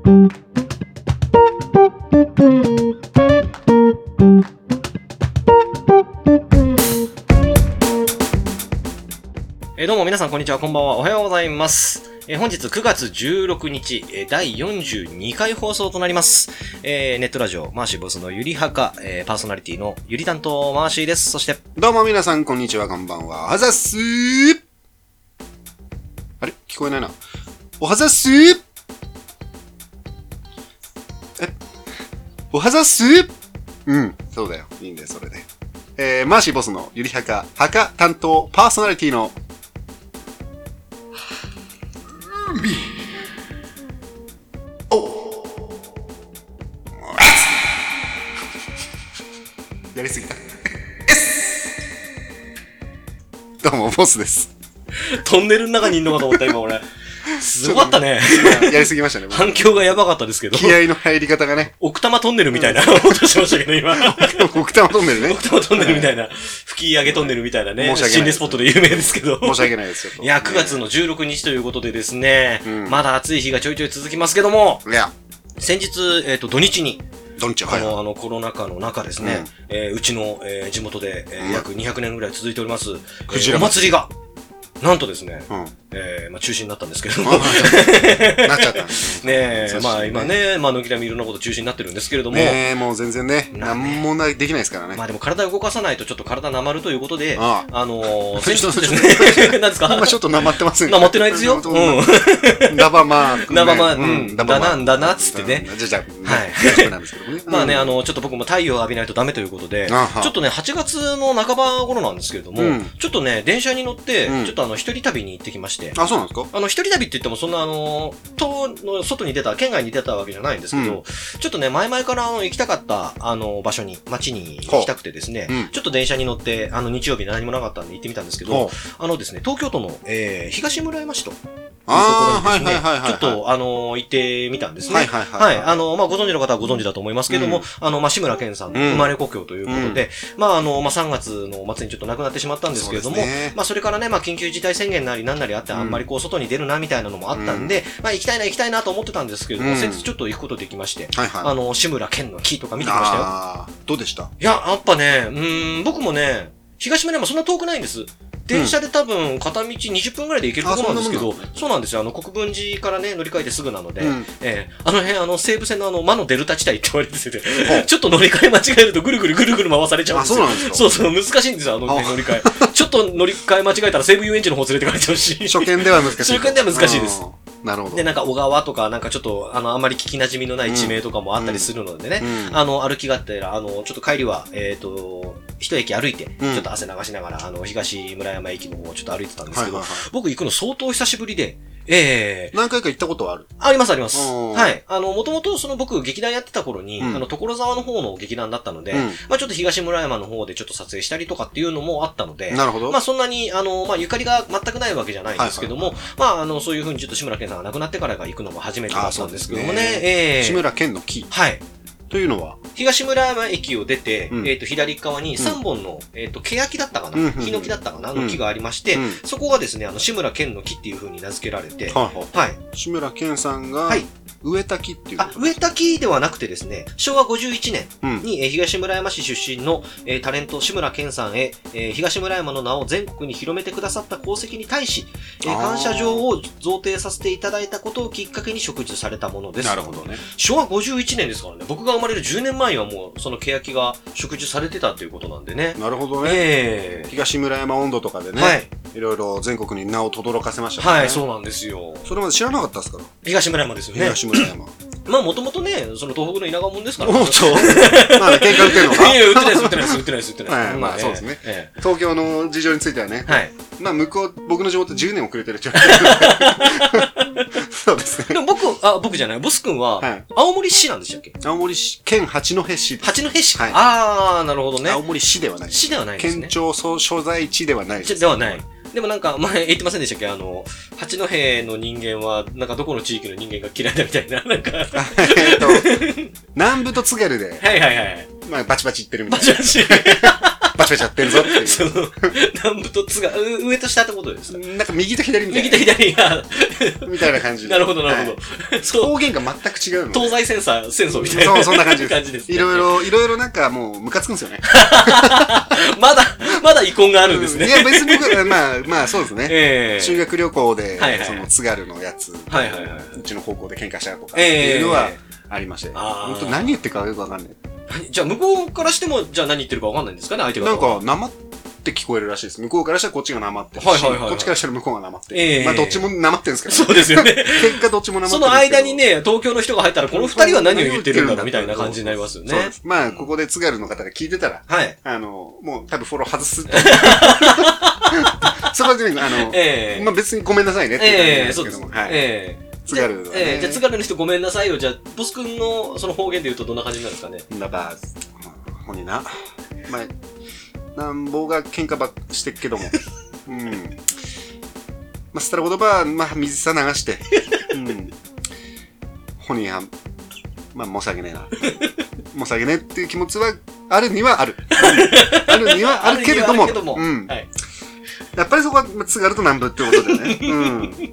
どうも皆さんこんにちは、こんばんは、おはようございます。本日9月16日、第42回放送となります。ネットラジオ、マーシーボスのゆりはか、パーソナリティのゆり担当マーシーです。そして、 どうも皆さんこんにちは、こんばんは。おはざっすー。あれ聞こえないな。おはざっすー。おはざっすー。うん、そうだよ。いいんだよ、それで。マーシーボスのゆりはか、はか担当パーソナリティのやりすぎた。どうも、ボスです。 トンネルの中にいんのかと思った、今俺。すごかったね。 やりすぎましたね。 反響がやばかったですけど。 気合の入り方がね。 奥多摩トンネルみたいな音しましたけど、今。 奥多摩トンネルね。 奥多摩トンネルみたいな。吹き上げトンネルみたいなね。心霊スポットで有名ですけど。 申し訳ないですよ。 いや、9月の16日ということでですね、まだ暑い日がちょいちょい続きますけども、 いや、 先日、土日に、 コロナ禍の中ですね、うちの、地元で、約200年ぐらい続いております、お祭りが、なんとですね、中止になったんですけども。なっちゃった。 ねえ、まあ今ね、軒並みいろんなこと中止になってるんですけれども。 もう全然ね、なんもできないですからね。 まあでも体を動かさないとちょっと体なまるということで、 先日ですね、何ですか？ 今ちょっとなまってませんなまってないですよ。 ダバマー。 ダバマー、だなんだなっつってね。 じゃあ、大丈夫なんですけどね。 まあね、ちょっと僕も太陽を浴びないとダメということで、ちょっとね、8月の半ば頃なんですけれども、ちょっとね、電車に乗って、ちょっと一人旅に行ってきまして。 あ、そうなんですか？ 一人旅って言ってもそんな島の外に出た、県外に出たわけじゃないんですけど、ちょっとね、前々から行きたかった、場所に、街に行きたくてですね、ちょっと電車に乗って、日曜日何もなかったんで行ってみたんですけど、ですね、東京都の、東村山市と。 はいはいはい。 ちょっと、行ってみたんですね。はい。ご存知の方はご存知だと思いますけども、志村けんさんの生まれ故郷ということで、3月の末にちょっと亡くなってしまったんですけれども、それからね、緊急事態宣言なりなんなりあって、あんまりこう、外に出るな、みたいなのもあったんで、行きたいなと思ってたんですけれども、先日ちょっと行くことできまして、志村けんの木とか見てきましたよ。 どうでした？ いや、やっぱね、僕もね、東村山そんな遠くないんです。電車で多分片道20分ぐらいで行けるところなんですけど、そうなんですよ。国分寺からね、乗り換えてすぐなので、西武線の魔のデルタ地帯って言われてて、ちょっと乗り換え間違えるとぐるぐる回されちゃうんですよ。 そうなんですか？ そう、難しいんですよ、乗り換え。ちょっと乗り換え間違えたら西武遊園地の方連れてかれちゃうし。 初見では難しい。 初見では難しいです。 なるほど。 で、小川とか、ちょっと、あんまり聞き馴染みのない地名とかもあったりするのでね、歩きがてら、ちょっと帰りは、一駅歩いて、ちょっと汗流しながら、東村山駅の方をちょっと歩いてたんですけど、僕行くの相当久しぶりで、 何回か行ったことはある？ あります。はい。もともと僕劇団やってた頃に、所沢の方の劇団だったので、ちょっと東村山の方でちょっと撮影したりとかっていうのもあったので、 なるほど。 そんなに、ゆかりが全くないわけじゃないんですけども、そういう風にちょっと志村けんさんが亡くなってからが行くのも初めてだったんですけどもね。 志村けんの木。 はい。 というのは東村山駅を出て、左側に3本の、欅だったかな、ヒノキだったかなの木がありまして、そこがですね、志村けんの木っていう風に名付けられて、はい。 志村けんさんが、植えた木っていうこと？ 植えた木ではなくてですね、昭和51年に、東村山市出身の、タレント志村けんさんへ、東村山の名を全国に広めてくださった功績に対し、感謝状を贈呈させていただいたことをきっかけに植樹されたものです。 なるほどね。 昭和51年ですからね、僕が生まれる10年前にはもうその欅が植樹されてたっていうことなんでね。 なるほどね。東村山温度とかでね、いろいろ全国に名を轟かせましたね。 はい、そうなんですよ。 それまで知らなかったですから。 東村山ですよね。 東村山。 もともとね、その東北の田舎者ですからね。そう。まあ、喧嘩売ってんのか？ いや、売ってないです。 まあ、そうですね。東京の事情についてはね。 はい。 まあ、僕の地元10年遅れてるっちゃそうですね。 でも僕じゃない、ボス君は、青森市なんでしたっけ？ 青森市、県八戸市。 八戸市？ はい。 なるほどね。 青森市ではない。 市ではないですね。 県庁所在地ではないです。 ではない。でも前言ってませんでしたっけ？八戸の人間は、どこの地域の人間が嫌いだみたいな、 南部と津軽で。 はい。 まあ、バチバチ言ってるみたいな。 バチバチ。 バチバチやってるぞっていう。 その、南部と津軽、上と下ってことですか？ なんか右と左みたいな。 右と左が。 みたいな感じで。 なるほど、なるほど。そう。 方言が全く違うの。 東西戦争みたいな。 そう、そんな感じです。 感じですね。 いろいろなんかもうムカつくんですよね。 まだ遺恨があるんですね。 いや、別に僕は、まあ、そうですね。修学旅行で、 はいはいその津軽のやつ、 はいはいはい。 うちの高校で喧嘩したとか、っていうのはありまして。本当何言ってるかよくわかんない。 じゃあ、向こうからしても、じゃあ何言ってるかわかんないんですかね、相手が。 なんか、生って聞こえるらしいです。向こうからしたらこっちが生ってるし、 はいはいはいはいこっちからしたら向こうが生ってる。まあ、どっちも生ってるんですけど、 そうですよね。 結果どっちも生ってるんですけど。 その間にね、東京の人が入ったら、この二人は何を言ってるんだろうみたいな感じになりますよね。 そうです。まあ、ここで津軽の方が聞いてたら、 はい。 もう多分フォロー外す。そこで、まあ別にごめんなさいねっていう感じですけども。はい。津軽はね。 じゃあ津軽の人ごめんなさいよ。じゃあ、ボス君のその方言で言うとどんな感じになるんですかね。 だば、ほにな。まあ、なんぼが喧嘩ばっしてっけども。うん。まあ、すったら言葉は、まあ、水さ流して。うん。ほには、まあ、申し訳ねえな。申し訳ねえっていう気持ちは、あるにはある。あるにはあるけれども。うん。やっぱりそこは津軽と南部ってことでね。うん。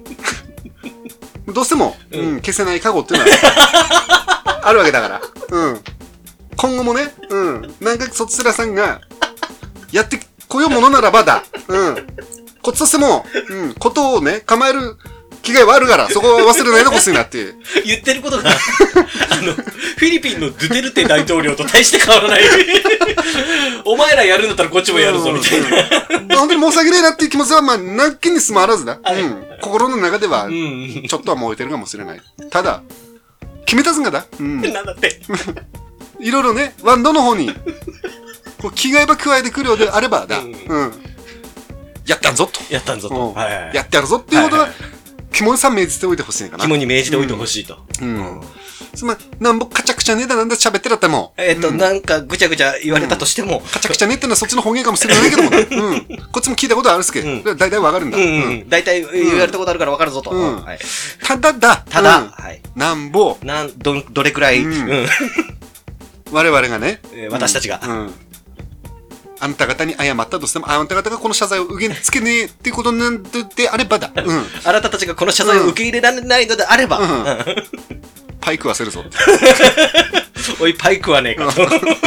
どうしても、消せない過去っていうのは、あるわけだから。うん。今後もね、なんかそちらさんが、やってこようものならばだ。こっちとしても、ことをね、構える気概はあるから、そこは忘れないでほしいなっていう。 言ってることが、フィリピンのドゥテルテ大統領と大して変わらない。お前らやるんだったらこっちもやるぞ、みたいな。 本当に申し訳ねえなっていう気持ちは、まあ、なきにすまあらずだ。心の中では、ちょっとは燃えてるかもしれない。ただ、決めたずんがだ。 なんだって。 いろいろね、ワンドの方に、気概ば加えてくるようであればだ。やったんぞと。 やったんぞと。 やってやるぞっていうことは、肝にさ命じておいてほしいかな。 肝に銘じておいてほしいと。 つまり、なんぼカチャクチャねえだなんだ喋ってらっても。 なんかぐちゃぐちゃ言われたとしても。 カチャクチャねえってのはそっちの方言かもしれないけどもな。こっちも聞いたことあるっすけど、大体わかるんだ。 大体言われたことあるからわかるぞと。 ただ、なんぼ、 どれくらい、 我々がね、 私たちが。 あんた方に謝ったとしても、あんた方がこの謝罪を受け付けねえっていうことなんであればだ。 あなたたちがこの謝罪を受け入れられないのであれば。 パイ食わせるぞ。 おい、パイ食わねえかと。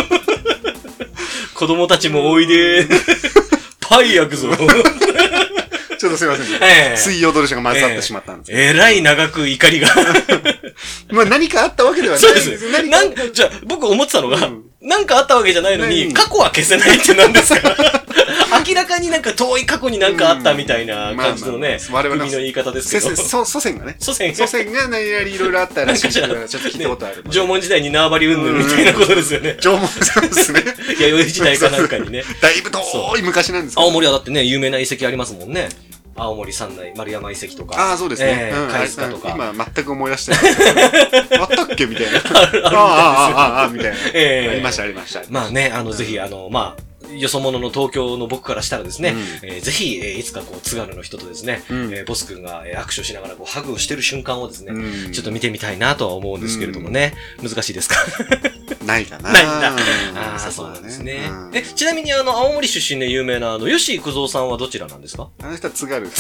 子供たちもおいで。パイ焼くぞ。 ちょっとすいません。水曜どれしが混ざってしまったんです。 えらい長く怒りが。 まあ何かあったわけではない。 そうです。じゃあ、僕思ってたのが、なんかあったわけじゃないのに、過去は消せないって何ですか？明らかになんか遠い過去になんかあったみたいな感じのね、 我々の言い方ですけど。 祖先がね。 祖先が何やりいろいろあったらしいから、ちょっと聞いたことある。 縄文時代に縄張り云々みたいなことですよね。 縄文そうですね。 弥生時代かなんかにね。 だいぶ遠い昔なんですけど。 青森はだってね、有名な遺跡ありますもんね。青森三内丸山遺跡とか。 ああ、そうですね。 貝塚とか。 今、全く思い出してない。あったっけみたいな。ああ、みたいな。ありました、ありました。 まあね、ぜひ、まあ、よそ者の東京の僕からしたらですね、ぜひ、いつかこう、津軽の人とですね、ボス君が握手しながらこう、ハグをしてる瞬間をですね、ちょっと見てみたいなとは思うんですけれどもね、難しいですか？ ないかな。 ないんだ。ああ、そうなんですね。ちなみに青森出身で有名な吉幾三さんはどちらなんですか？ あの人は津軽。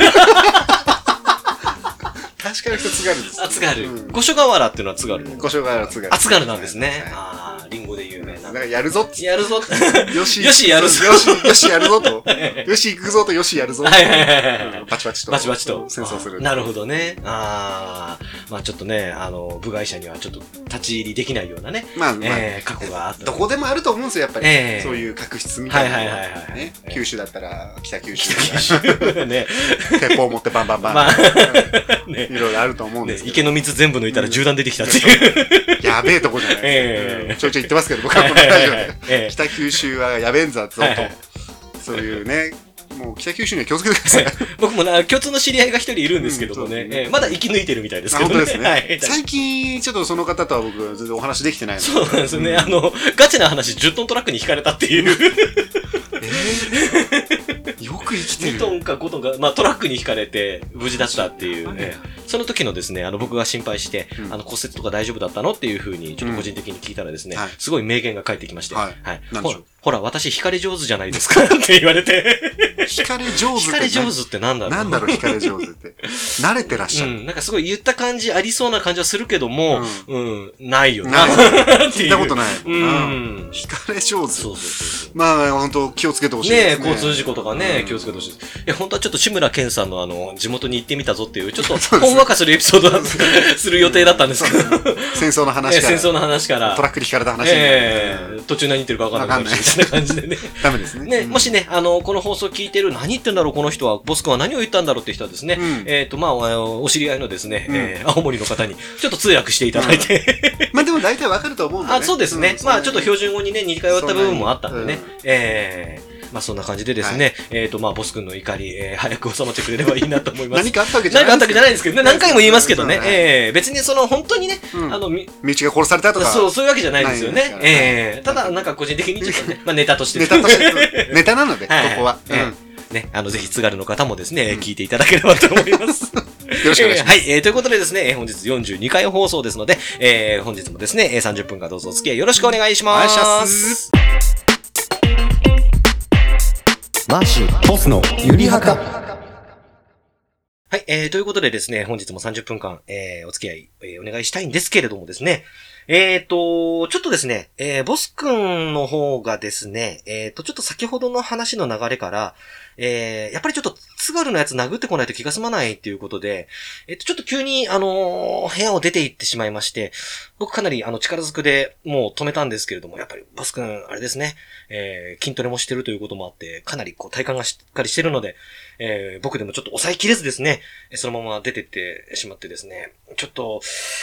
確かに人津軽です。 あ、津軽。五所川原っていうのは津軽。 五所川原津軽。 あ、津軽なんですね。ああ、リンゴで有名な。 だからやるぞやるぞよしやるぞよしやるぞと。よし行くぞとよしやるぞ。バチバチと。 バチバチと。 戦争する。 なるほどね。ああ。まあちょっとね、部外者にはちょっと立ち入りできないようなね。 まあ、 過去があった。 どこでもあると思うんですよ、やっぱり。そういう確執みたいな。ね。九州だったら北九州。 ね。 鉄砲持ってバンバンバン。 まあ、ね。 いろいろあると思うんですけど。 池の水全部抜いたら銃弾出てきたっていう。 やべえとこじゃない。ちょいちょい言ってますけど、僕はこのラジオで。北九州はやべえんだぞと。そういうね。もう北九州には気をつけてください。 僕も共通の知り合いが一人いるんですけどもね、まだ生き抜いてるみたいですけどね。 本当ですね。最近、ちょっとその方とは僕、全然お話できてないので。 そうなんですよね。ガチな話、10トントラックに引かれたっていう。 よく生きてる。 2トンか5トンか、まあトラックに引かれて無事だったっていう、その時のですね、僕が心配して、骨折とか大丈夫だったのっていうふうに、ちょっと個人的に聞いたらですね、すごい名言が返ってきまして、 ほら、私、惹かれ上手じゃないですかって言われて。 惹かれ上手って。 惹かれ上手ってなんだろう。 なんだろう、惹かれ上手って。慣れてらっしゃる。 なんかすごい言った感じありそうな感じはするけども、ないよな。 聞いたことないもんな。惹かれ上手。 そう。 まあ、本当気をつけてほしいですね。 交通事故とかね、気をつけてほしいです。いや、本当はちょっと志村けんさんの地元に行ってみたぞっていう、ちょっと、ほんわかするエピソードする予定だったんですけど。 戦争の話から。 戦争の話から。 トラックに引かれた話途中何言ってるか分かんないみたいな感じでね。 ダメですね。 もしね、この放送聞いてる、何言ってんだろう、この人は、ボス君は何を言ったんだろうって人はですね、お知り合いのですね、青森の方に、ちょっと通訳していただいて。 まあでも大体わかると思うんだね。 そうですね。まあちょっと標準語にね、似通った部分もあったんでね。まあそんな感じでですね、ボス君の怒り、早く収まってくれればいいなと思います。 何かあったわけじゃない。 何かあったわけじゃないですけどね、何回も言いますけどね、別に本当にね、 身内が殺されたとか。 そういうわけじゃないですよね。ただ、なんか個人的にちょっとね、まあネタとして。 ネタなので、ここは。 ね、ぜひ津軽の方もですね、聞いていただければと思います。 よろしくお願いします。 はい、ということでですね、本日42回放送ですので、本日もですね、30分間どうぞお付き合いよろしくお願いします。お願いします。 マーシー、ボスのゆりはか。 はい、ということでですね、本日も30分間、お付き合い、お願いしたいんですけれどもですね、ちょっとですね、ボス君の方がですね、ちょっと先ほどの話の流れから、やっぱりちょっと津軽のやつ殴ってこないと気が済まないっていうことで、ちょっと急に部屋を出て行ってしまいまして、僕かなり力ずくでもう止めたんですけれども、やっぱりボス君、あれですね、筋トレもしてるということもあって、かなり体幹がしっかりしてるので、僕でもちょっと抑えきれずですね、そのまま出てってしまってですね、ちょっと、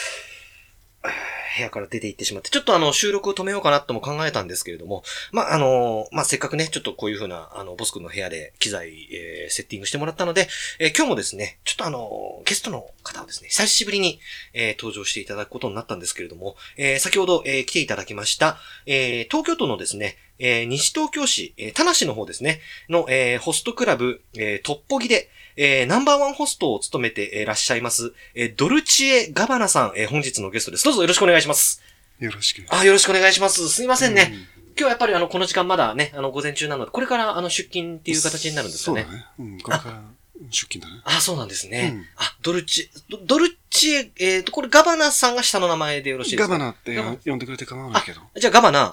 部屋から出て行ってしまって、ちょっと収録を止めようかなとも考えたんですけれども、せっかくね、ちょっとこういう風な、ボス君の部屋で機材、セッティングしてもらったので、今日もですね、ちょっとゲストの方をですね、久しぶりに、登場していただくことになったんですけれども、先ほど、来ていただきました、東京都のですね、西東京市、田無の方ですね、の、ホストクラブ、トッポギで、ナンバーワンホストを務めていらっしゃいます、ドルチエ・ガバナさん、本日のゲストです。どうぞよろしくお願いします。 よろしく。 よろしくお願いします。すいませんね。今日はやっぱりこの時間まだね、午前中なので、これから出勤っていう形になるんですかね。 そうだね。これから出勤だね。 そうなんですね。ドルチエ、これガバナさんが下の名前でよろしいですか？ ガバナって呼んでくれて構わないけど。 じゃあガバナ、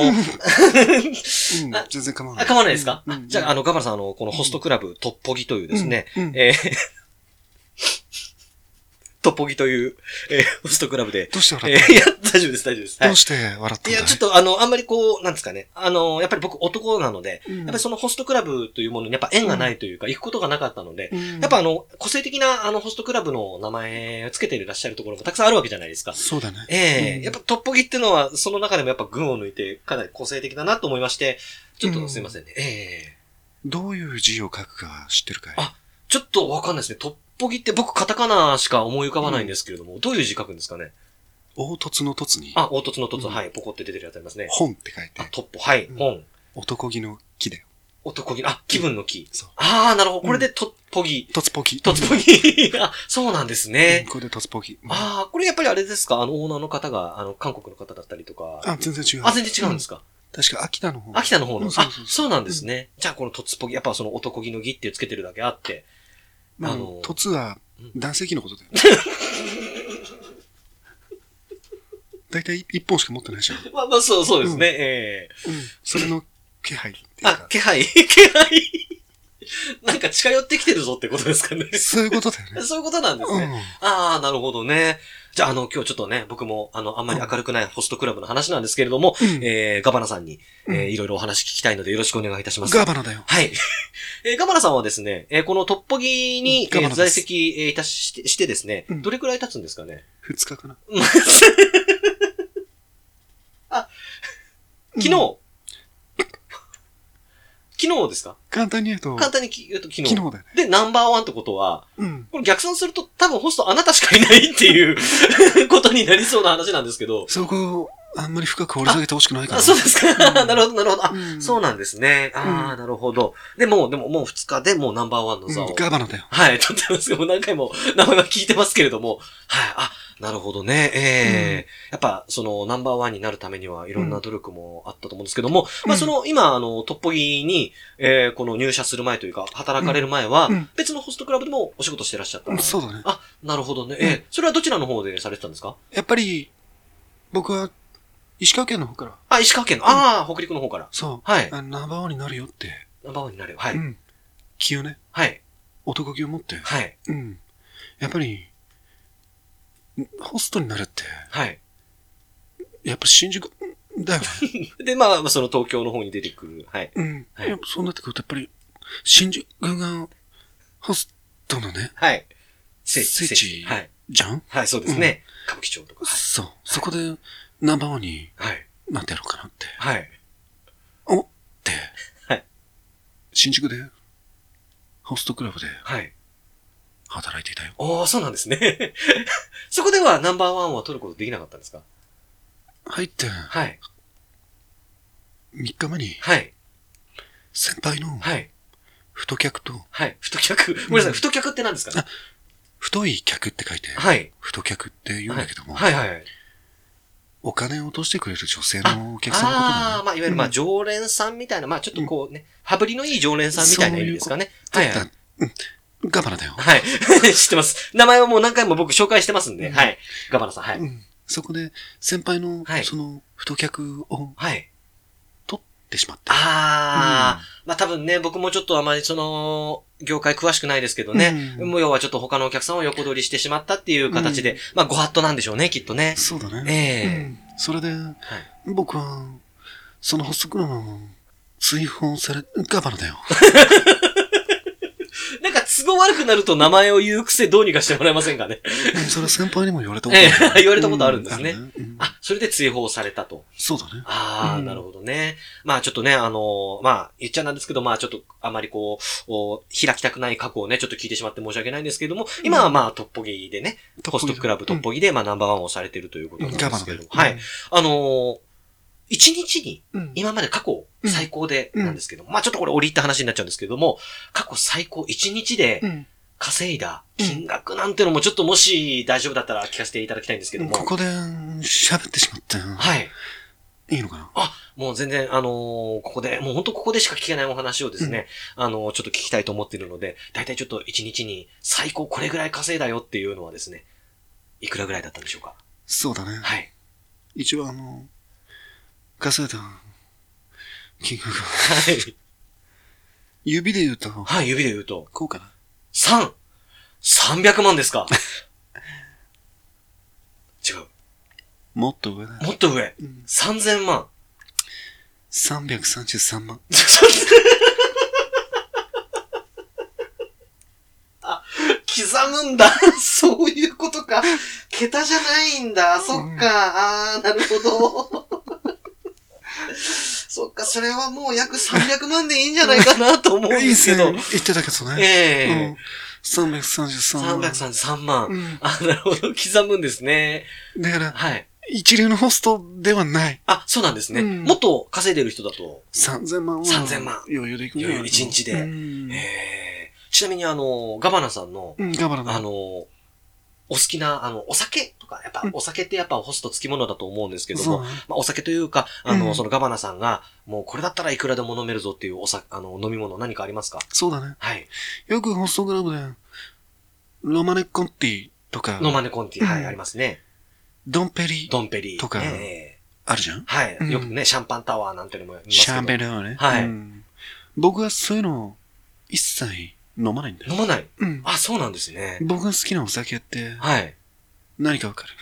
全然構わない。 構わないですか？じゃあガバナさんこのホストクラブトッポギというですね、トッポギという、ホストクラブで。 どうして笑ったいや、大丈夫です、大丈夫です。 どうして笑ったんだい？ いや、ちょっとあんまりなんですかね。やっぱり僕男なので、やっぱりそのホストクラブというものにやっぱ縁がないというか、行くことがなかったので、やっぱ個性的なホストクラブの名前をつけていらっしゃるところもたくさんあるわけじゃないですか。 そうだね。 やっぱトッポギっていうのは、その中でもやっぱ群を抜いて、かなり個性的だなと思いまして、ちょっとすいませんね。 どういう字を書くか知ってるかい？ ちょっとわかんないですね。トッポギって僕カタカナしか思い浮かばないんですけれども、どういう字書くんですかね？ 凹凸の凸に。 凹凸の凸、はい、ポコって出てるやつありますね。 本って書いて。 トッポ、はい、本。 男気の木だよ。 男気、気分の木。 そう。 なるほど。これでトッポギ。 トツポギ。 トツポギ。そうなんですね。 これでトツポギ。 これやっぱりあれですか？オーナーの方が、韓国の方だったりとか。 全然違う。 全然違うんですか？ 確か秋田の方。 秋田の方の。そうなんですね。じゃあこのトツポギ、やっぱその男気のギってつけてるだけあって。 トツは男性器のことだよね。だいたい一本しか持ってないじゃん。 そうですね。 それの気配っていうか。 気配なんか近寄ってきてるぞってことですかね。 そういうことだよね。 そういうことなんですね。なるほどね。じゃあ今日ちょっとね、僕もあんまり明るくないホストクラブの話なんですけれども、ガバナさんに、いろいろお話聞きたいのでよろしくお願いいたします。 ガバナだよ。 はい。ガバナさんはですね、このトッポギに、在籍いたしてですね、どれくらい経つんですかね ？2日かな。 昨日ですか？ 簡単に言うと昨日。 昨日だよね。 で、ナンバーワンってことは、これ逆算すると多分ホストあなたしかいないっていうことになりそうな話なんですけど。 そこ、あんまり深く掘り下げてほしくないから。 そうですか。なるほど。そうなんですね。なるほど。でももう2日でもうナンバーワンの座を。 ガバナだよ。 はい、取ってますけど、何回も名前は聞いてますけれども。はい、 なるほどね。やっぱ、その、ナンバーワンになるためには、いろんな努力もあったと思うんですけども、まあ、その、今、トッポギに、この入社する前というか、働かれる前は、別のホストクラブでもお仕事してらっしゃった。 そうだね。 あ、なるほどね。それはどちらの方でされてたんですか？ やっぱり、僕は、石川県の方から。 あ、石川県の、北陸の方から。 そう。 はい。 ナンバーワンになるよって。 ナンバーワンになるよ。はい。 気をね。 はい。 男気を持って。 はい。 やっぱり、ホストになるって。 はい。 やっぱ新宿だよね。 で、まあ、その東京の方に出てくる。はい。 はい、やっぱそうなってくると、やっぱり、新宿が、ホストのね。 はい。 聖地。はい。じゃん？ はい、そうですね。歌舞伎町とか。 そう。そこで、ナンバーワンに、なってやろうかなって。 はい。 おって。 はい。 新宿で、ホストクラブで。 はい。 働いていたよ。 おー、そうなんですね。そこではナンバーワンは取ることできなかったんですか？ 入って、 はい。 3日目に、 はい。 先輩の、 はい。 太客と、 はい。太客。ごめんなさい、太客って何ですか？ 太い客って書いて、 はい。 太客って言うんだけども、 はいはい。 お金を落としてくれる女性のお客さんのことだね。 まあ、いわゆるまあ、常連さんみたいな、まあ、ちょっとこうね、羽振りのいい常連さんみたいな意味ですかね。はい。 ガバナだよ。 はい。知ってます。名前はもう何回も僕紹介してますんで。はい。ガバナさん、はい。 そこで、先輩の、その、太客を、 はい。 取ってしまった。 まあ多分ね、僕もちょっとあまりその、業界詳しくないですけどね。もう要はちょっと他のお客さんを横取りしてしまったっていう形で、まあご法度なんでしょうね、きっとね。 そうだね。それで、僕は、そのホストクラブの追放され、ガバナだよ。 なんか都合悪くなると名前を言う癖どうにかしてもらえませんかね。 それは先輩にも言われたことある。 言われたことあるんですね。それで追放されたと。 そうだね。 なるほどね。まあちょっとね、まあ言っちゃなんですけど、まあちょっとあまりこう、開きたくない過去をね、ちょっと聞いてしまって申し訳ないんですけども、今はまあトッポギでね、ホストクラブトッポギでまあナンバーワンをされているということなんですけども。はい。1日に、今まで過去最高でなんですけども、まあちょっとこれ折り入った話になっちゃうんですけども、過去最高1日で稼いだ金額なんてのもちょっともし大丈夫だったら聞かせていただきたいんですけども。 ここで喋ってしまったよ。 はい。 いいのかな？ もう全然、ここで、もう本当ここでしか聞けないお話をですね、ちょっと聞きたいと思っているので、だいたいちょっと1日に最高これぐらい稼いだよっていうのはですね、いくらぐらいだったんでしょうか？ そうだね。 はい。 一応稼いだ金額が。 はい。 指で言うと。 はい、指で言うと。 こうかな。 300万ですか？違う。 もっと上だよ。 もっと上。3000万。 333万。 刻むんだ。そういうことか。桁じゃないんだ。そっか。なるほど。そっか、それはもう約300万でいいんじゃないかなと思うんですけど。 言ってたけどね。333万。 333万。なるほど。刻むんですね。 だから、 はい。 一流のホストではない。 そうなんですね。もっと稼いでる人だと。 3000万は。 3000万。 余裕でいくんじゃない？ 1日で。ちなみにガバナさんの、お好きな、お酒とか、やっぱ、お酒ってやっぱホスト付き物だと思うんですけども、まあ、お酒というか、そのガバナさんが、もうこれだったらいくらでも飲めるぞっていう飲み物何かありますか？ そうだね。 はい。 よくホストクラブで、ロマネコンティとか。 ロマネコンティ、はい、ありますね。 ドンペリ。 ドンペリ。 とか、あるじゃん？ はい。よくね、シャンパンタワーなんてのも見ますけど。 シャンペンタワーね。 はい。 僕はそういうの、一切飲まないんだよ。 飲まない？そうなんですね。 僕が好きなお酒って、 はい。 何かわかる？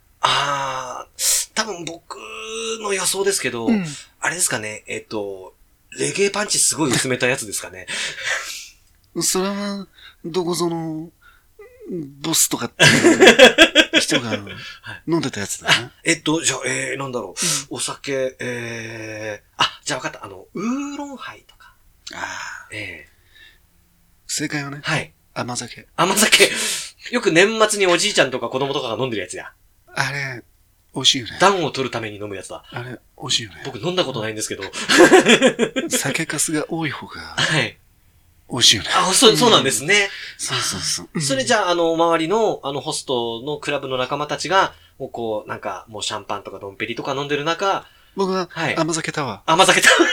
多分僕の予想ですけど、あれですかね、レゲエパンチすごい薄めたやつですかね。 それは、どこぞの、ボスとかっていう人が飲んでたやつだね。 じゃあ、なんだろう。お酒、じゃあ分かった。ウーロンハイとか。 正解はね。 はい。 甘酒。 甘酒。よく年末におじいちゃんとか子供とかが飲んでるやつや。 あれ、美味しいよね。 暖を取るために飲むやつだ。 あれ、美味しいよね。 僕飲んだことないんですけど。 酒粕が多い方が。 はい。 美味しいよね。 あ、そうなんですね。 そう。 それじゃあ、周りの、ホストのクラブの仲間たちが、もうこう、なんか、もうシャンパンとかドンペリとか飲んでる中、 僕は、甘酒タワー。 甘酒タワー。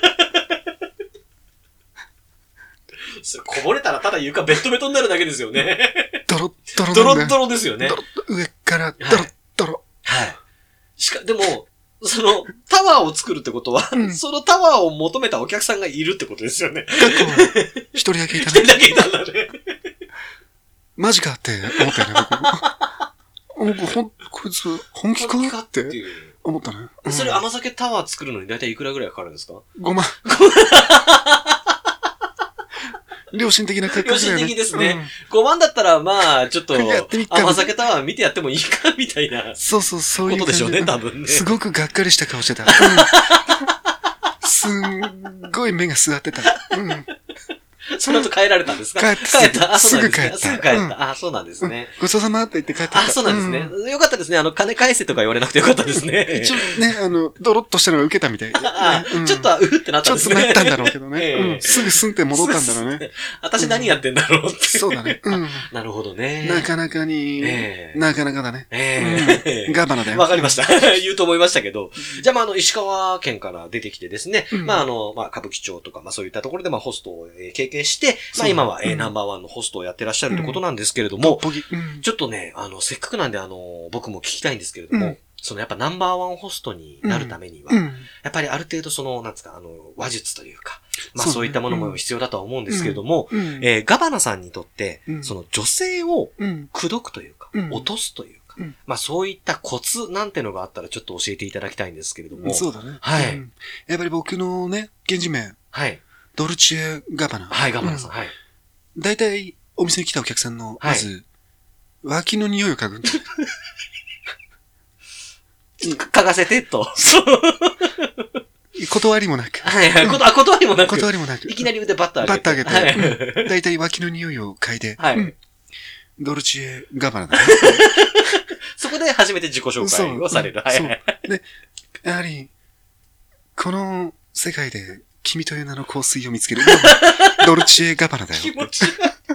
それこぼれたらただ床ベッドベトになるだけですよね。 ドロッドロ。 ドロッドロですよね。 上からドロッドロ。 はい。でも、その、タワーを作るってことは、そのタワーを求めたお客さんがいるってことですよね。 過去は、一人だけいたね。 一人だけいたんだね。 マジかって思ったよね、僕。こいつ、本気かって思ったね。 それ甘酒タワー作るのに大体いくらぐらいかかるんですか ?5 万。良心的な価格だよね。 良心的ですね。5万だったら、まあ、ちょっと、甘酒タワー見てやってもいいか、みたいな。 そういうことでしょうね、多分ね。 すごくがっかりした顔してた。すんごい目が座ってた。 その後帰られたんですか？帰った。 すぐ帰った。 あ、そうなんですね。 ごちそうさまって言って帰ってた。 あ、そうなんですね。よかったですね。金返せとか言われなくてよかったですね。 一応ね、ドロッとしたのが受けたみたい。 ちょっとってなったんですね。 ちょっとなったんだろうけどね。すぐスンって戻ったんだろうね。 私何やってんだろうって。 そうだね。 なるほどね。 なかなかだね。ガバナだよ。 わかりました。言うと思いましたけど。じゃあ、石川県から出てきてですね。歌舞伎町とか、そういったところで、ホストを経験して、今は、ナンバーワンのホストをやってらっしゃるってことなんですけれども、ちょっとね、せっかくなんで、僕も聞きたいんですけれども、やっぱナンバーワンホストになるためには、やっぱりある程度なんですか、話術というか、そういったものも必要だとは思うんですけれども、ガバナさんにとって、女性を口説くというか、落とすというか、そういったコツなんてのがあったらちょっと教えていただきたいんですけれども。 そうだね。 はい。 やっぱり僕のね、現地名。 はい。 ドルチェ・ガバナ。 はい、ガバナさん。はい。 大体、お店に来たお客さんの、まず、脇の匂いを嗅ぐんだ。 嗅がせて、と。 断りもなく。 はい。断りもなく。 断りもなく。 いきなり腕バッと上げて。 バッと上げて。大体脇の匂いを嗅いで。 はい。 ドルチェ・ガバナだね。 そこで初めて自己紹介をされる。はい。 で、やはり、この世界で、君という名の香水を見つける。ドルチェ・ガバナだよ。 気持ちいい。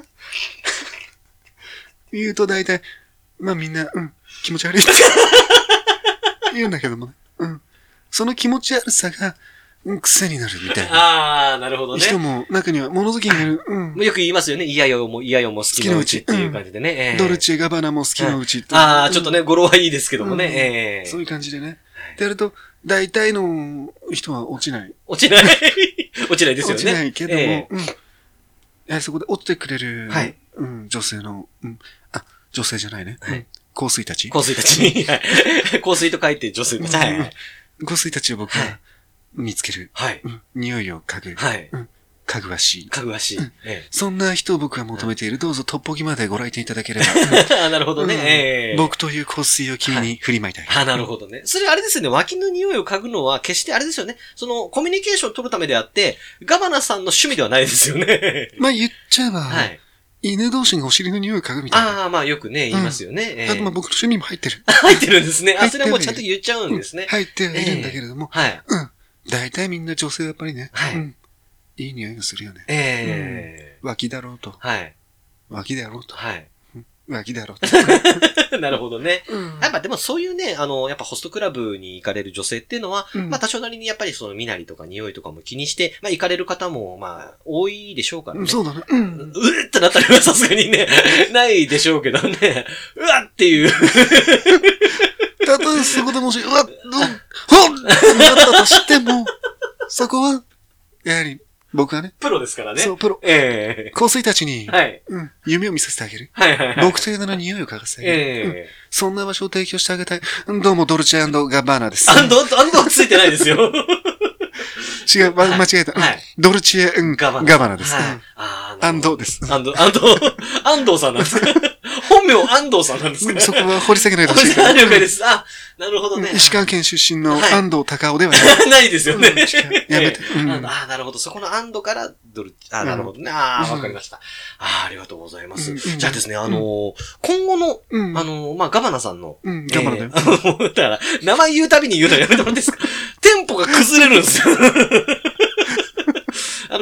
言うと大体、みんな、気持ち悪いって言うんだけどもね。その気持ち悪さが、癖になるみたいな。 ああ、なるほどね。 人も中には物好きになる。 よく言いますよね。嫌よも好きのうちっていう感じでね。 ドルチェ・ガバナも好きのうちって。 ああ、ちょっとね、語呂はいいですけどもね。 そういう感じでね。でやると、大体の人は落ちない。 落ちないですよね。落ちないけども、やはりそこで落ちてくれる、女性の、女性じゃないね。香水たち。 香水と書いて女性たち。 香水たちを僕は見つける。匂いを嗅ぐ。かぐわしい。 かぐわしい。 そんな人を僕は求めている。どうぞ、トッポギまでご来店いただければ。 なるほどね。 僕という香水を君に振りまいたい。 なるほどね。それあれですよね。脇の匂いを嗅ぐのは決してあれですよね。コミュニケーションを取るためであって、ガバナさんの趣味ではないですよね。 言っちゃえば、犬同士がお尻の匂いを嗅ぐみたいな。 ああ、よくね、言いますよね。 あと僕の趣味も入ってる。 入ってるんですね。それはもうちゃんと言っちゃうんですね。 入ってはいるんだけれども。大体みんな女性はやっぱりね。いい匂いがするよね。脇だろうと。脇だろうと。脇だろうと。なるほどね。やっぱでもそういうね、やっぱホストクラブに行かれる女性っていうのは、多少なりにやっぱり身なりとか匂いとかも気にして、行かれる方も、多いでしょうからね。 そうだね。 うってなったらさすがにね、ないでしょうけどね。うわっていう。 たとえそこでもし、ほっってなったとしても、そこは、やはり、僕はね。 プロですからね。 そう、プロ。香水たちに、夢を見させてあげる。僕という名の匂いを嗅がせてあげる。そんな場所を提供してあげたい。どうも、ドルチェ&ガバーナです。 アンドはついてないですよ。 違う、間違えた。ドルチェ&ガバーナです。アンドです。 安藤さんなんですか？本名安藤さんなんですか？ そこは掘り下げないでほしい。 了解です。なるほどね。 石川県出身の安藤隆夫ではない。 ないですよね。 やめて。 なるほど。そこの安藤からなるほどね。わかりました。ありがとうございます。じゃあですね、今後の、ガバナさんの、 ガバナだよ。 だから、名前言うたびに言うのやめてもらっていいですか？テンポが崩れるんですよ。今後の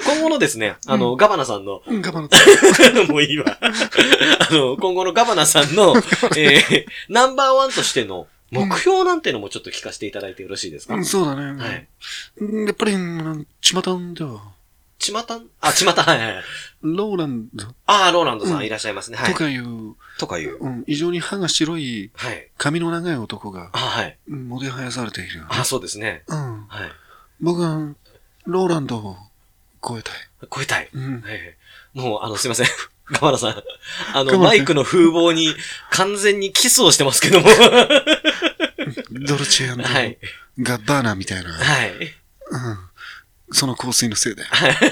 ですね、ガバナさんの、 ガバナもういいわ。今後のガバナさんの、ナンバーワンとしての目標なんてのもちょっと聞かせていただいてよろしいですか？ そうだね。 はい。 やっぱり、ちまたんでは。 ちまたん、はいはい。 ローランド。 ローランドさんいらっしゃいますね。はい。 とかいう。異常に歯が白い、髪の長い男が、 はい。 もてはやされている。 そうですね。はい。 僕は、ローランドを超えたい。 超えたい。はい。もう、すいません。ガバナさん。マイクの風貌に完全にキスをしてますけども。 ドルチェ&ガッバーナみたいな。はい。その香水のせいで。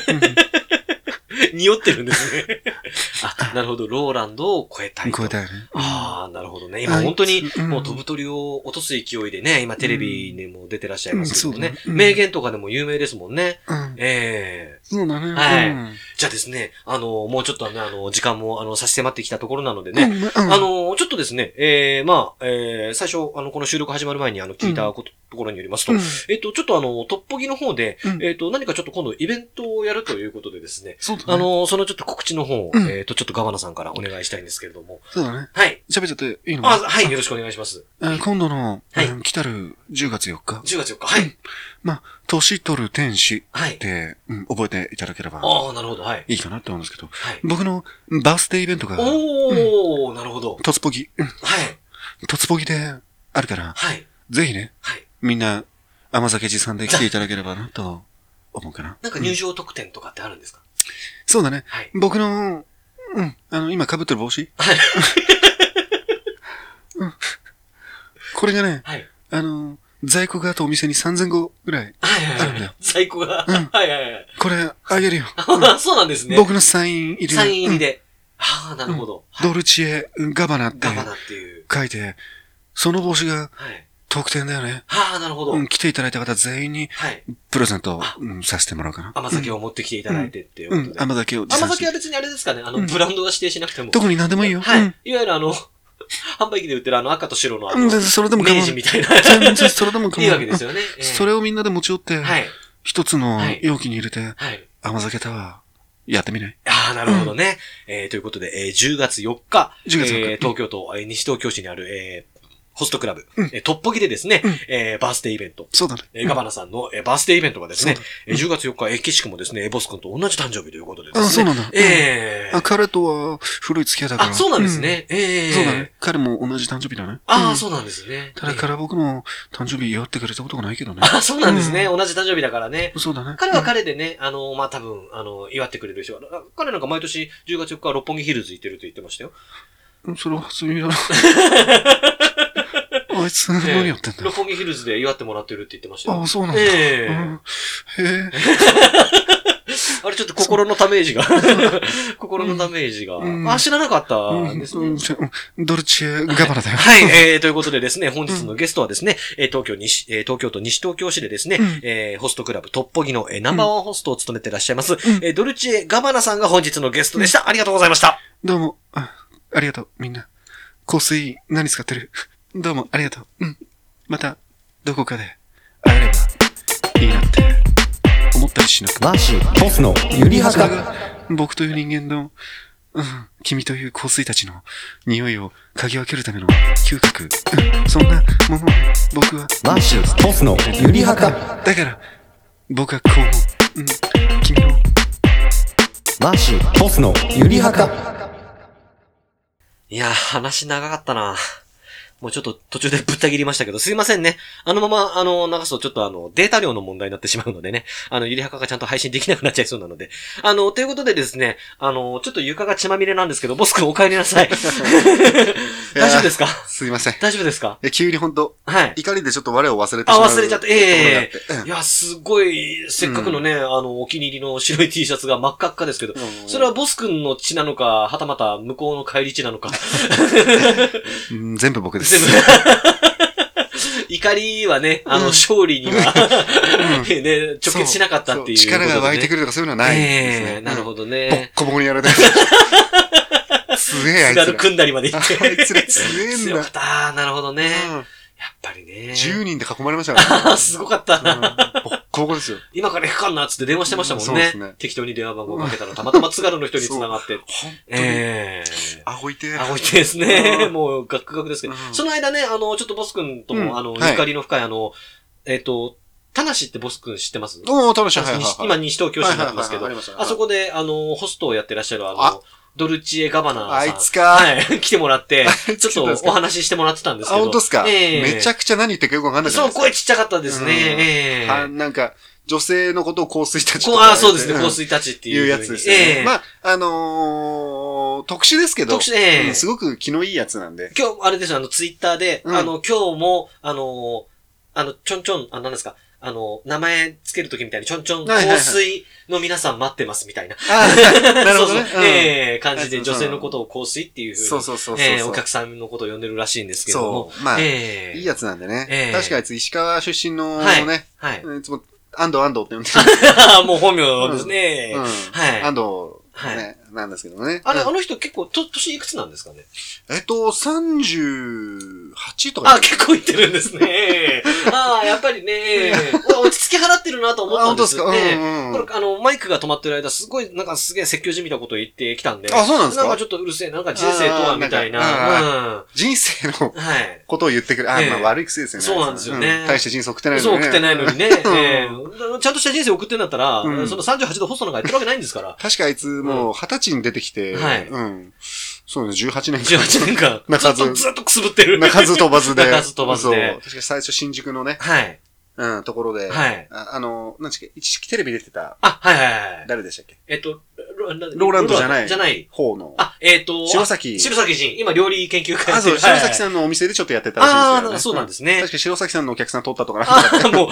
匂ってるんですね。なるほど。ローランドを超えたい。 超えたいね。 なるほどね。今本当に、もう飛ぶ鳥を落とす勢いでね、今テレビにも出てらっしゃいますけどね。名言とかでも有名ですもんね。 そうだね。 はい。じゃあですね、もうちょっとね、時間も、差し迫ってきたところなのでね、ちょっとですね、最初、この収録始まる前に聞いたところによりますと、ちょっとトッポギの方で、何かちょっと今度イベントをやるということでですね、そのちょっと告知の方を、ちょっとガバナさんからお願いしたいんですけれども。 そうだね。 はい。 喋っちゃっていいの？ はい、よろしくお願いします。 今度の、来たる10月4日。 10月4日、はい。 年取る天使って、覚えていただければ。 なるほど、はい。 いいかなって思うんですけど、僕のバースデーイベントが。 なるほど。 トツポギ。はい。トツポギであるから、ぜひね、みんな甘酒持参で来ていただければなと思うかな。 なんか入場特典とかってあるんですか？ そうだね。僕の、今被ってる帽子。はい。これがね、在庫があとお店に3000個ぐらいあるんだよ。 在庫が。はいはいはい。 これ、あげるよ。 そうなんですね。 僕のサイン入り。 サイン入りで。なるほど。 ドルチエ・ガバナって書いて、その帽子が特典だよね。 なるほど。 来ていただいた方全員に、プレゼントさせてもらおうかな。 甘酒を持ってきていただいてっていうことで。 甘酒を。 甘酒は別にあれですかね、ブランドは指定しなくても。 特に何でもいいよ。 はい。いわゆる販売機で売ってる赤と白のそれでも構わない。 明治みたいな。 それでも構わない。 いいわけですよね。 それをみんなで持ち寄って、一つの容器に入れて、甘酒タワー、やってみない？ なるほどね。ということで、10月4日、東京都西東京市にある、ホストクラブ、トッポギでですね、バースデーイベント。 そうだね。 ガバナさんのバースデーイベントがですね、10月4日、岸君もですね、ボス君と同じ誕生日ということでですね。 そうなんだ。彼とは古い付き合いだから。 そうなんですね。 そうだね。彼も同じ誕生日だね。 そうなんですね。 ただから僕の誕生日祝ってくれたことがないけどね。 そうなんですね。同じ誕生日だからね。 そうだね。 彼は彼でね、多分、祝ってくれる人は、彼なんか毎年10月4日は六本木ヒルズ行ってると言ってましたよ。 それは初耳だな。あいつ何やってんだ。 六本木ヒルズで祝ってもらってるって言ってましたよ。 そうなんだ。 あれちょっと心のダメージが。心のダメージが。知らなかったですね。 ドルチェガバナだよ。 はい、ということでですね、本日のゲストはですね、東京都西東京市でですね、ホストクラブトッポギのナンバーワンホストを務めてらっしゃいます、ドルチェガバナさんが本日のゲストでした。ありがとうございました。 どうも、ありがとう、みんな。香水何使ってる？どうもありがとう。また、どこかで会えればいいなって思ったりしなくて。 マーシー、ボスのゆりはか。 僕という人間の、君という香水たちの匂いを嗅ぎ分けるための嗅覚。そんなものを僕は。 マーシー、ボスのゆりはか。 だから、僕はこう思う。君の。 マーシー、ボスのゆりはか。 いやー、話長かったな。もうちょっと途中でぶった切りましたけど、すいませんね。あのまま、流すとちょっとデータ量の問題になってしまうのでね。ゆりはかがちゃんと配信できなくなっちゃいそうなので。ということでですね、ちょっと床が血まみれなんですけど、ボス君お帰りなさい。大丈夫ですか？ すいません。 大丈夫ですか？ 急にほんと、怒りでちょっと我を忘れてしまう。忘れちゃって、いや、すごい、せっかくのね、お気に入りの白い T シャツが真っ赤っかですけど、それはボス君の血なのか、はたまた向こうの帰り血なのか。 全部僕です。 怒りはね、勝利には、ね、直結しなかったっていう。 力が湧いてくるとかそういうのはないですね。 なるほどね。 ボッコボコにやられて。すげえあいつら。 津軽組んだりまで行って。 あいつらすげえんだ。 強かった。なるほどね。やっぱりね。 10人で囲まれましたからね。 すごかった。 ボッココボコですよ。 今から行くかんなっつって電話してましたもんね。 そうですね。 適当に電話番号かけたら、たまたま津軽の人に繋がって。 本当に。アホいて。 アホいてですね。もうガクガクですけど。その間ね、ちょっとボス君とも、ゆかりの深い田無ってボス君知ってます？ 田無、はい。 今西東京市になってますけど、あそこで、ホストをやってらっしゃるドルチエガバナーさん。 あいつか。 はい。来てもらって、ちょっとお話ししてもらってたんですけど。 本当ですか？めちゃくちゃ何言ってるかよくわかんない。 そう、声ちっちゃかったですね。 なんか、女性のことを香水たちと。そうですね、香水たちっていうやつですね。まあ、特殊ですけど、すごく気のいいやつなんで。 今日、あれですよ、ツイッターで、今日も、ちょんちょん、何ですか、名前つけるときみたいにちょんちょん香水の皆さん待ってますみたいな。 なるほどね。 感じで女性のことを香水っていうふうに、お客さんのことを呼んでるらしいんですけども。 まあ、いいやつなんでね。確かあいつ石川出身のね、いつも、安藤って呼んでる。もう本名ですね。 安藤。ね、なんですけどね。 あの人結構、年いくつなんですかね ？38とか。 結構いってるんですね。やっぱりね、落ち着き払ってるなと思ったんですよ。これ、マイクが止まってる間、すごい、なんかすげえ説教じみたことを言ってきたんで。 そうなんですか？ なんかちょっとうるせえ、なんか人生とはみたいな。 人生のことを言ってくる。まあ悪い癖ですよね。 そうなんですよね。 大して人生送ってないのにね。そう、送ってないのにね。ちゃんとした人生送ってんだったら、その38度細野がやってるわけないんですから。 確かあいつもう20歳に出てきて、そうね、18年間。 18年間。ずっとくすぶってる。 鳴かず飛ばずで。 鳴かず飛ばずで。 確か最初新宿のね。 はい。 ところで。 はい。 なんですか、一時期テレビ出てた。誰でしたっけ？ローランドじゃない方の。白崎仁。今、料理研究会。 そう、 白崎さんのお店でちょっとやってたらしいですよね。 そうなんですね。 確か白崎さんのお客さん取ったとかもう、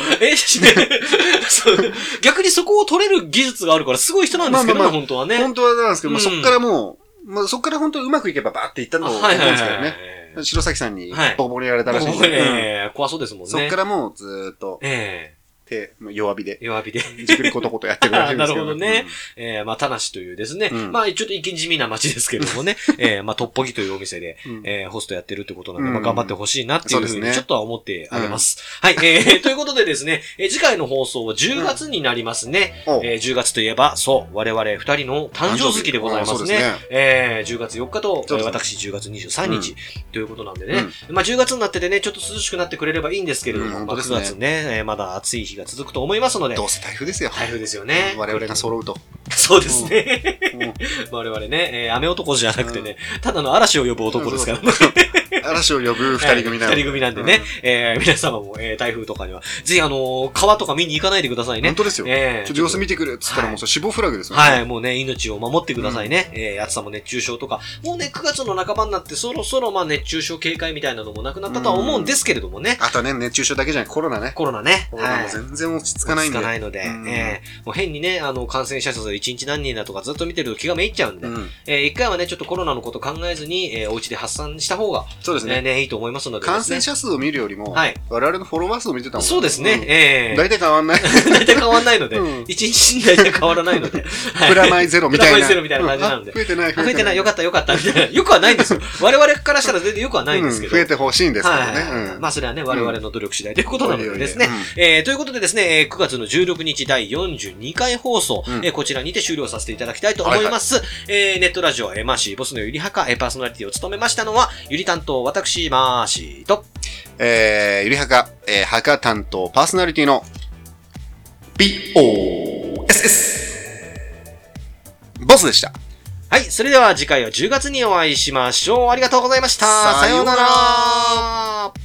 逆にそこを取れる技術があるからすごい人なんですけどね、本当はね。 本当はなんですけど、そっからもう、そっから本当うまくいけばバーっていったのを思うんですけどね。白崎さんにボコボコにやられたらしいですね。怖そうですもんね。 そっからもうずーっと。弱火で。じっくりことことやってるらしいですけど。 なるほどね。田無というですね。まあ、ちょっと地味な街ですけれどもね。トッポギというお店で、ホストやってるってことなんで、頑張ってほしいなっていうふうにちょっとは思ってあげます。はい。ということでですね、次回の放送は10月になりますね。10月といえば、そう、我々2人の誕生月でございますね。10月4日と、私10月23日ということなんでね。まあ、10月になっててね、ちょっと涼しくなってくれればいいんですけれども、9月ね、まだ暑い日が続くと思いますので。 どうせ台風ですよ。 台風ですよね。 我々が揃うと。 そうですね。我々ね、雨男じゃなくてね、ただの嵐を呼ぶ男ですからね。 嵐を呼ぶ二人組なんで。 二人組なんでね、皆様も、台風とかには、ぜひ川とか見に行かないでくださいね。 本当ですよ。ちょっと様子見てくれっつったらもう死亡フラグですよね。 はい、もうね、命を守ってくださいね。暑さも熱中症とか、もうね、9月の半ばになってそろそろまあ熱中症警戒みたいなのもなくなったとは思うんですけれどもね。 あとね、熱中症だけじゃない、コロナね。 コロナね。 コロナも全然落ち着かないんで。 落ち着かないので、もう変にね、感染者数1日何人だとかずっと見てると気がめいっちゃうんで、一回はね、ちょっとコロナのこと考えずに、お家で発散した方が、 そうですね。 いいと思いますので。 感染者数を見るよりも、我々のフォロワー数を見てたもんね。 そうですね。 大体変わんない。 大体変わんないので、1日に大体変わらないので。 プラマイゼロみたいな。 プラマイゼロみたいな感じなので。 増えてない。 増えてない。よかった、みたいな。よくはないんですよ。我々からしたら全然よくはないんですけど。 増えてほしいんですけどね。 まあそれはね、我々の努力次第ということなのでですね。ということでですね、9月の16日第42回放送、こちらにて終了させていただきたいと思います。ネットラジオ、マーシーボスのゆりはか、パーソナリティを務めましたのは、ゆり担当、私、マーシーと、 ゆりはか、はか担当、パーソナリティの、BOSS ボスでした。 はい、それでは次回は10月にお会いしましょう。ありがとうございました。さようなら。